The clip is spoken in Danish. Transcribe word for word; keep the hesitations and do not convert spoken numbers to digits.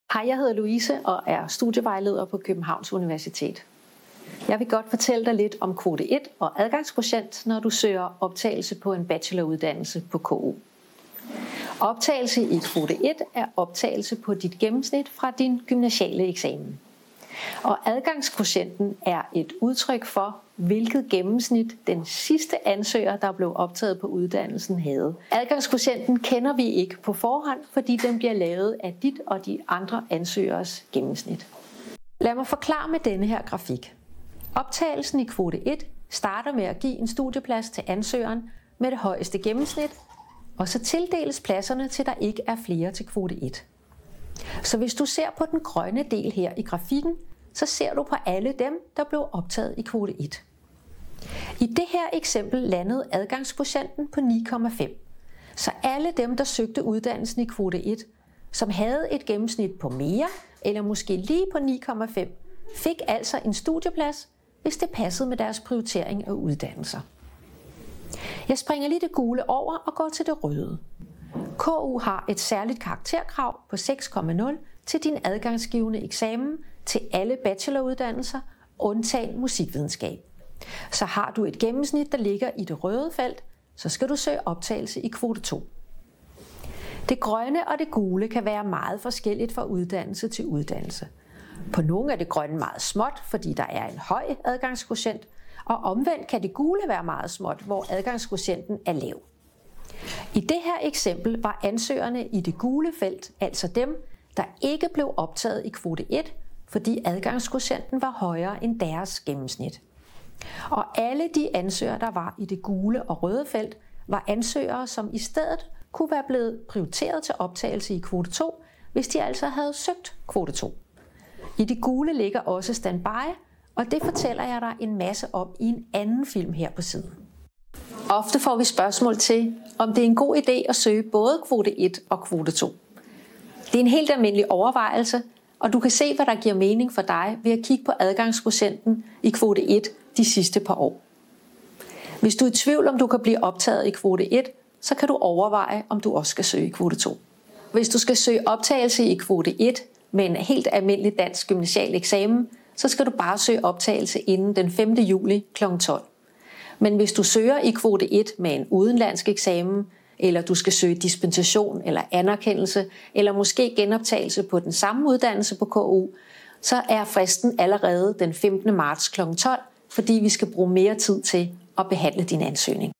Hej, jeg hedder Louise og er studievejleder på Københavns Universitet. Jeg vil godt fortælle dig lidt om kvote et og adgangskvotient, når du søger optagelse på en bacheloruddannelse på K U. Optagelse i kvote et er optagelse på dit gennemsnit fra din gymnasiale eksamen. Og adgangskvotienten er et udtryk for, hvilket gennemsnit den sidste ansøger, der blev optaget på uddannelsen, havde. Adgangskvotienten kender vi ikke på forhånd, fordi den bliver lavet af dit og de andre ansøgers gennemsnit. Lad mig forklare med denne her grafik. Optagelsen i kvote et starter med at give en studieplads til ansøgeren med det højeste gennemsnit, og så tildeles pladserne til der ikke er flere til kvote et. Så hvis du ser på den grønne del her i grafikken, så ser du på alle dem, der blev optaget i kvote et. I det her eksempel landede adgangskvotienten på ni komma fem. Så alle dem, der søgte uddannelsen i kvote et, som havde et gennemsnit på mere, eller måske lige på ni komma fem, fik altså en studieplads, hvis det passede med deres prioritering af uddannelser. Jeg springer lige det gule over og går til det røde. K U har et særligt karakterkrav på seks komma nul til din adgangsgivende eksamen til alle bacheloruddannelser, undtagen musikvidenskab. Så har du et gennemsnit, der ligger i det røde felt, så skal du søge optagelse i kvote to. Det grønne og det gule kan være meget forskelligt fra uddannelse til uddannelse. På nogle er det grønne meget småt, fordi der er en høj adgangskvotient, og omvendt kan det gule være meget småt, hvor adgangskvotienten er lav. I det her eksempel var ansøgerne i det gule felt altså dem, der ikke blev optaget i kvote et, fordi adgangskvotienten var højere end deres gennemsnit. Og alle de ansøgere, der var i det gule og røde felt, var ansøgere, som i stedet kunne være blevet prioriteret til optagelse i kvote to, hvis de altså havde søgt kvote to. I det gule ligger også standby, og det fortæller jeg dig en masse om i en anden film her på siden. Ofte får vi spørgsmål til, om det er en god idé at søge både kvote et og kvote to. Det er en helt almindelig overvejelse, og du kan se, hvad der giver mening for dig ved at kigge på adgangskvotienten i kvote et de sidste par år. Hvis du er i tvivl, om du kan blive optaget i kvote et, så kan du overveje, om du også skal søge i kvote to. Hvis du skal søge optagelse i kvote et med en helt almindelig dansk gymnasial eksamen, så skal du bare søge optagelse inden den femte juli klokken tolv. Men hvis du søger i kvote et med en udenlandsk eksamen, eller du skal søge dispensation eller anerkendelse, eller måske genoptagelse på den samme uddannelse på K U, så er fristen allerede den femtende marts klokken tolv, fordi vi skal bruge mere tid til at behandle din ansøgning.